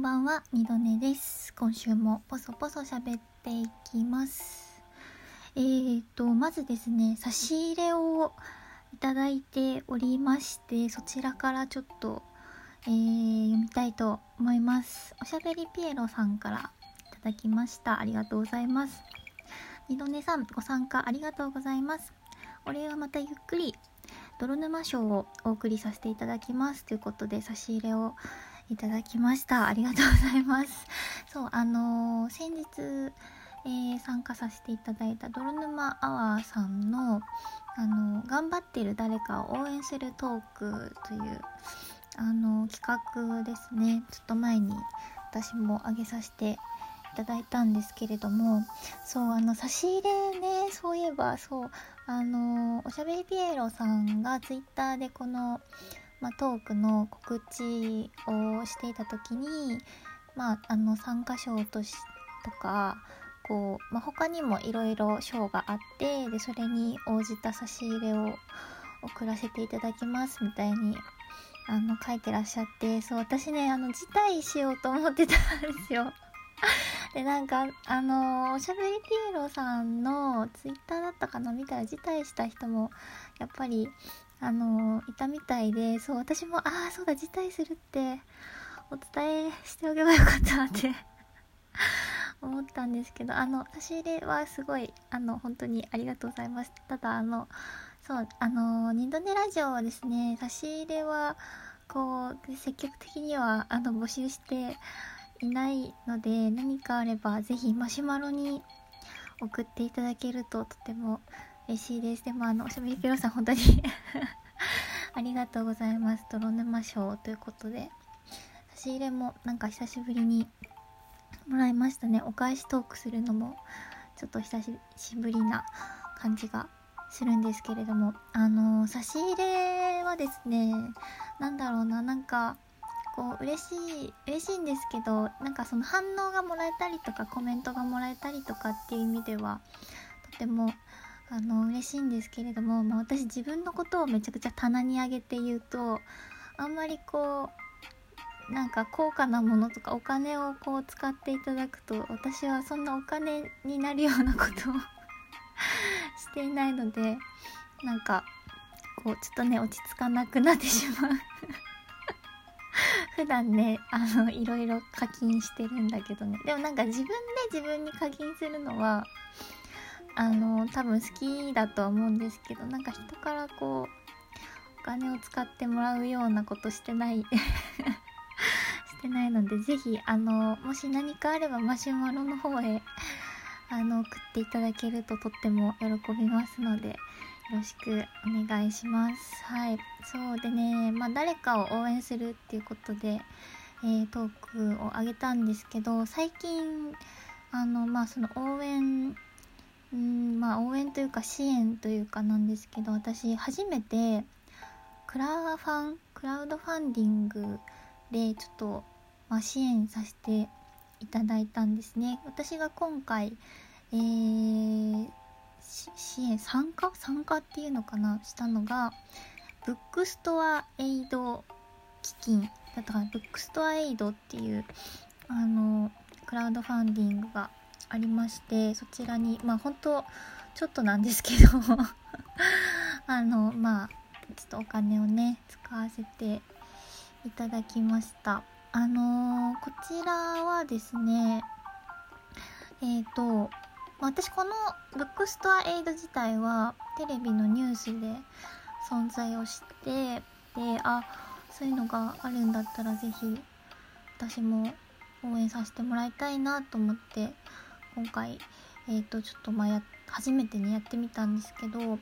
んばんは、みどねです。今週もポソポソ喋っていきます。まずですね、差し入れをいただいておりまして、そちらからちょっと、読みたいと思います。おしゃべりピエロさんからいただきました。ありがとうございます。みどねさん、ご参加ありがとうございます。お礼はまたゆっくり泥沼賞をお送りさせていただきますということで、差し入れをいただきました。ありがとうございます。そう、先日、参加させていただいた泥沼アワーさんの頑張ってる誰かを応援するトークという企画ですね。ちょっと前に私も上げさせていただいたんですけれども、そう差し入れね、そういえばそうおしゃべりピエロさんがツイッターでこのトークの告知をしていた時に、参加賞とかこう、他にもいろいろ賞があって、でそれに応じた差し入れを送らせていただきますみたいに書いてらっしゃって、そう私ね辞退しようと思ってたんですよ。でなんかおしゃべりピエロさんのツイッターだったかな、見たら辞退した人もやっぱりいたみたいで、そう私もそうだ辞退するってお伝えしておけばよかったって思ったんですけど、差し入れはすごい本当にありがとうございます。ただそうニドネラジオはですね、差し入れはこう積極的には募集していないので、何かあればぜひマシュマロに送っていただけるととても嬉しいです。でもおしゃべりピロさん本当にありがとうございます。泥沼賞ということで、差し入れもなんか久しぶりにもらいましたね。お返しトークするのもちょっと久しぶりな感じがするんですけれども、差し入れはですね、なんかこう嬉しいんですけど、なんかその反応がもらえたりとかコメントがもらえたりとかっていう意味ではとても嬉しいんですけれども、私自分のことをめちゃくちゃ棚に上げて言うと、あんまりこうなんか高価なものとかお金をこう使っていただくと、私はそんなお金になるようなことをしていないので、なんかこうちょっとね落ち着かなくなってしまう普段ねいろいろ課金してるんだけどね、でもなんか自分で自分に課金するのは多分好きだとは思うんですけど、なんか人からこうお金を使ってもらうようなことしてないしてないので、ぜひもし何かあればマシュマロの方へ送っていただけるととっても喜びますので、よろしくお願いします。はい、そうでね、誰かを応援するっていうことで、トークを上げたんですけど、最近その応援応援というか支援というかなんですけど、私初めてクラウドファンディングでちょっと、支援させていただいたんですね。私が今回、支援参加っていうのかな、したのがブックストアエイド基金だったかな、ブックストアエイドっていうクラウドファンディングがありまして、そちらに本当ちょっとなんですけどちょっとお金をね使わせていただきました。こちらはですね、私このブックストアエイド自体はテレビのニュースで存在をして、でそういうのがあるんだったらぜひ私も応援させてもらいたいなと思って今回ちょっと初めてねやってみたんですけど、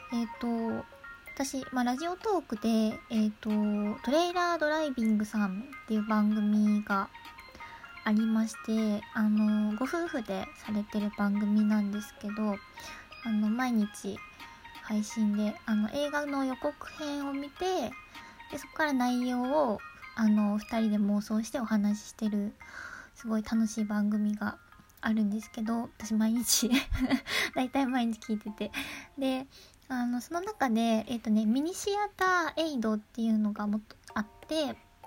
私、ラジオトークでトレイラードライビングさんっていう番組がありまして、ご夫婦でされてる番組なんですけど、毎日配信で映画の予告編を見て、でそこから内容を2人で妄想してお話ししてるすごい楽しい番組があるんですけど、私毎日だいたい毎日聞いてて、でその中でミニシアターエイドっていうのがもっとあって、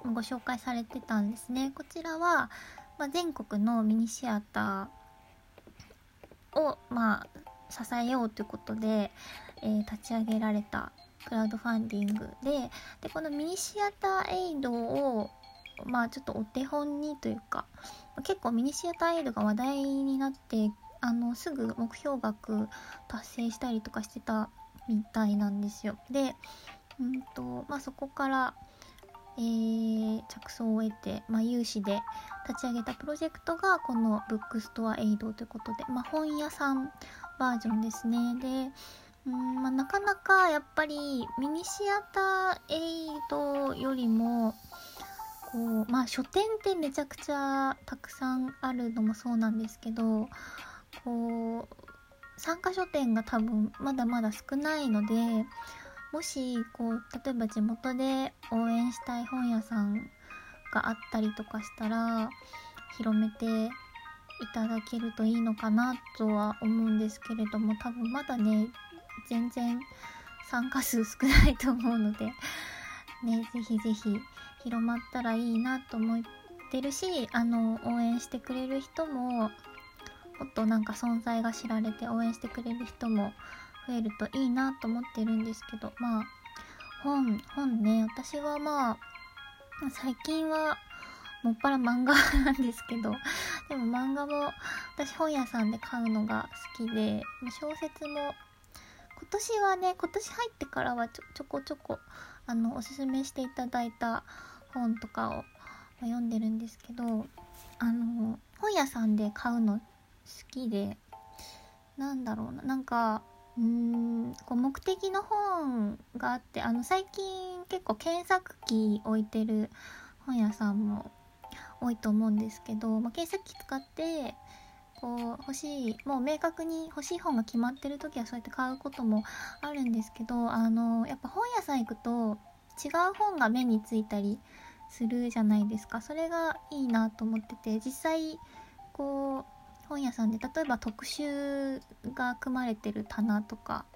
ご紹介されてたんですね。こちらは、全国のミニシアターを、支えようということで、立ち上げられたクラウドファンディングで、このミニシアターエイドをちょっとお手本にというか、結構ミニシアターエイドが話題になって、すぐ目標額達成したりとかしてたみたいなんですよ。で、そこから、着想を得て、有志で立ち上げたプロジェクトがこのブックストアエイドということで、本屋さんバージョンですね。で、なかなかやっぱりミニシアターエイドよりもこう、書店ってめちゃくちゃたくさんあるのもそうなんですけど、こう参加書店が多分まだまだ少ないので、もし例えば地元で応援したい本屋さんがあったりとかしたら広めていただけるといいのかなとは思うんですけれども、多分まだね全然参加数少ないと思うのでね、ぜひぜひ広まったらいいなと思ってるし、応援してくれる人ももっと存在が知られて応援してくれる人も増えるといいなと思ってるんですけど、本ね、私は最近はもっぱら漫画なんですけど、でも漫画も私本屋さんで買うのが好きで、小説も今年入ってからはちょこちょこおすすめしていただいた本とかを読んでるんですけど、本屋さんで買うの好きで、目的の本があって、最近結構検索機置いてる本屋さんも多いと思うんですけど、検索機使ってもう明確に欲しい本が決まってる時はそうやって買うこともあるんですけど、やっぱ本屋さん行くと違う本が目についたりするじゃないですか。それがいいなと思ってて、実際本屋さんで例えば特集が組まれてる棚とか、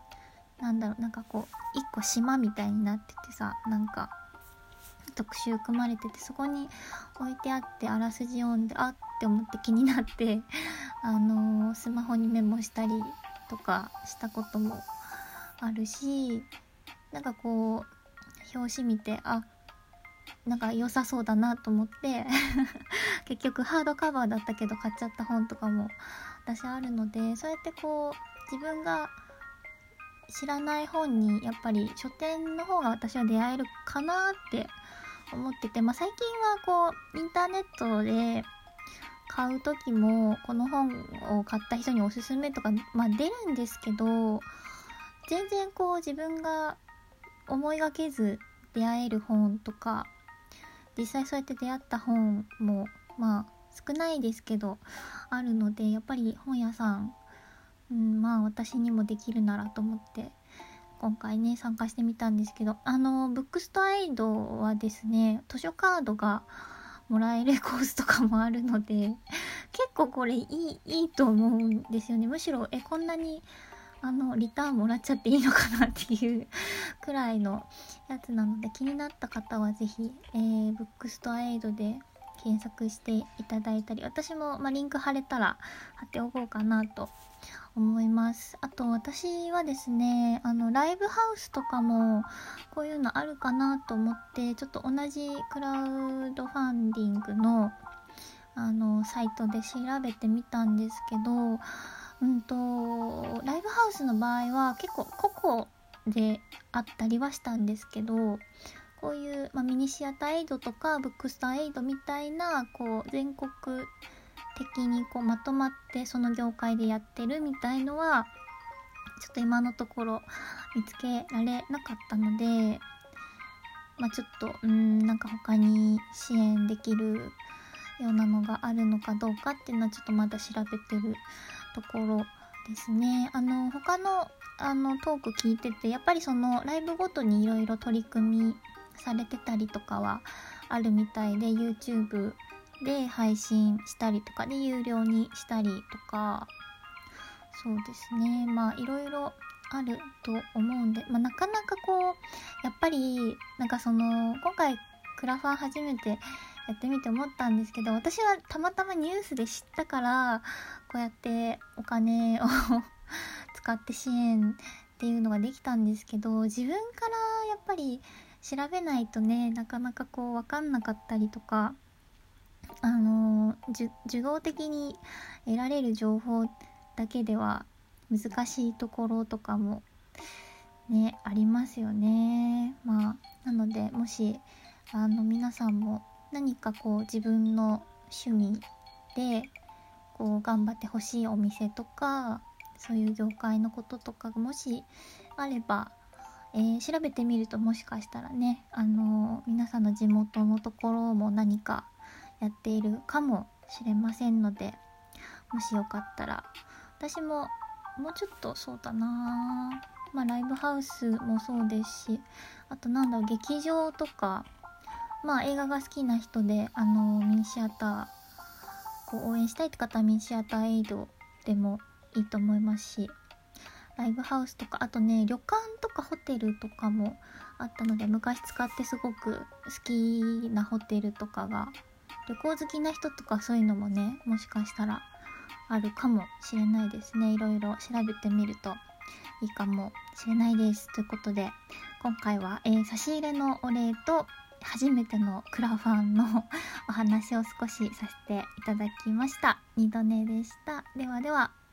一個島みたいになっててさ、特集組まれてて、そこに置いてあってあらすじ読んでって思って気になってスマホにメモしたりとかしたこともあるし、表紙見て良さそうだなと思って結局ハードカバーだったけど買っちゃった本とかも私あるので、そうやって自分が知らない本にやっぱり書店の方が私は出会えるかなって思ってて、最近はインターネットで買う時もこの本を買った人におすすめとか、出るんですけど、全然自分が思いがけず出会える本とか、実際そうやって出会った本も少ないですけどあるので、やっぱり本屋さん、私にもできるならと思って今回ね参加してみたんですけど、ブックストアエイドはですね、図書カードがもらえるコースとかもあるので、結構これいいと思うんですよね。むしろこんなにリターンもらっちゃっていいのかなっていうくらいのやつなので、気になった方はぜひ、ブックストアエイドで検索していただいたり、私も、リンク貼れたら貼っておこうかなと思います。あと私はですね、ライブハウスとかもこういうのあるかなと思って、ちょっと同じクラウドファンディングのサイトで調べてみたんですけど、ライブハウスの場合は結構個々であったりはしたんですけど、こういう、ミニシアターエイドとかブックスターエイドみたいな全国的にまとまってその業界でやってるみたいのはちょっと今のところ見つけられなかったので、ちょっと他に支援できるようなのがあるのかどうかっていうのはちょっとまだ調べてるところですね。他のトーク聞いてて、やっぱりそのライブごとにいろいろ取り組みされてたりとかはあるみたいで、 YouTube で配信したりとかで有料にしたりとか、そうですね、いろいろあると思うんで、なかなかやっぱり今回クラファン初めてやってみて思ったんですけど、私はたまたまニュースで知ったからこうやってお金を使って支援っていうのができたんですけど、自分からやっぱり調べないとね、なかなかこう分かんなかったりとか、受動的に得られる情報だけでは難しいところとかもねありますよね。まあなので、もし皆さんも何かこう自分の趣味でこう頑張ってほしいお店とか、そういう業界のこととかもしあれば、調べてみるともしかしたらね、皆さんの地元のところも何かやっているかもしれませんので、もしよかったら、私ももうちょっとそうだな、まあライブハウスもそうですし、あと劇場とか、まあ映画が好きな人でミニシアターこう応援したいって方はミニシアターエイドでもいいと思いますし、ライブハウスとか、あとね旅館とかホテルとかもあったので、昔使ってすごく好きなホテルとかが、旅行好きな人とかそういうのもね、もしかしたらあるかもしれないですね。いろいろ調べてみるといいかもしれないです。ということで今回は、差し入れのお礼と初めてのクラファンのお話を少しさせていただきました。二度寝でした。ではでは。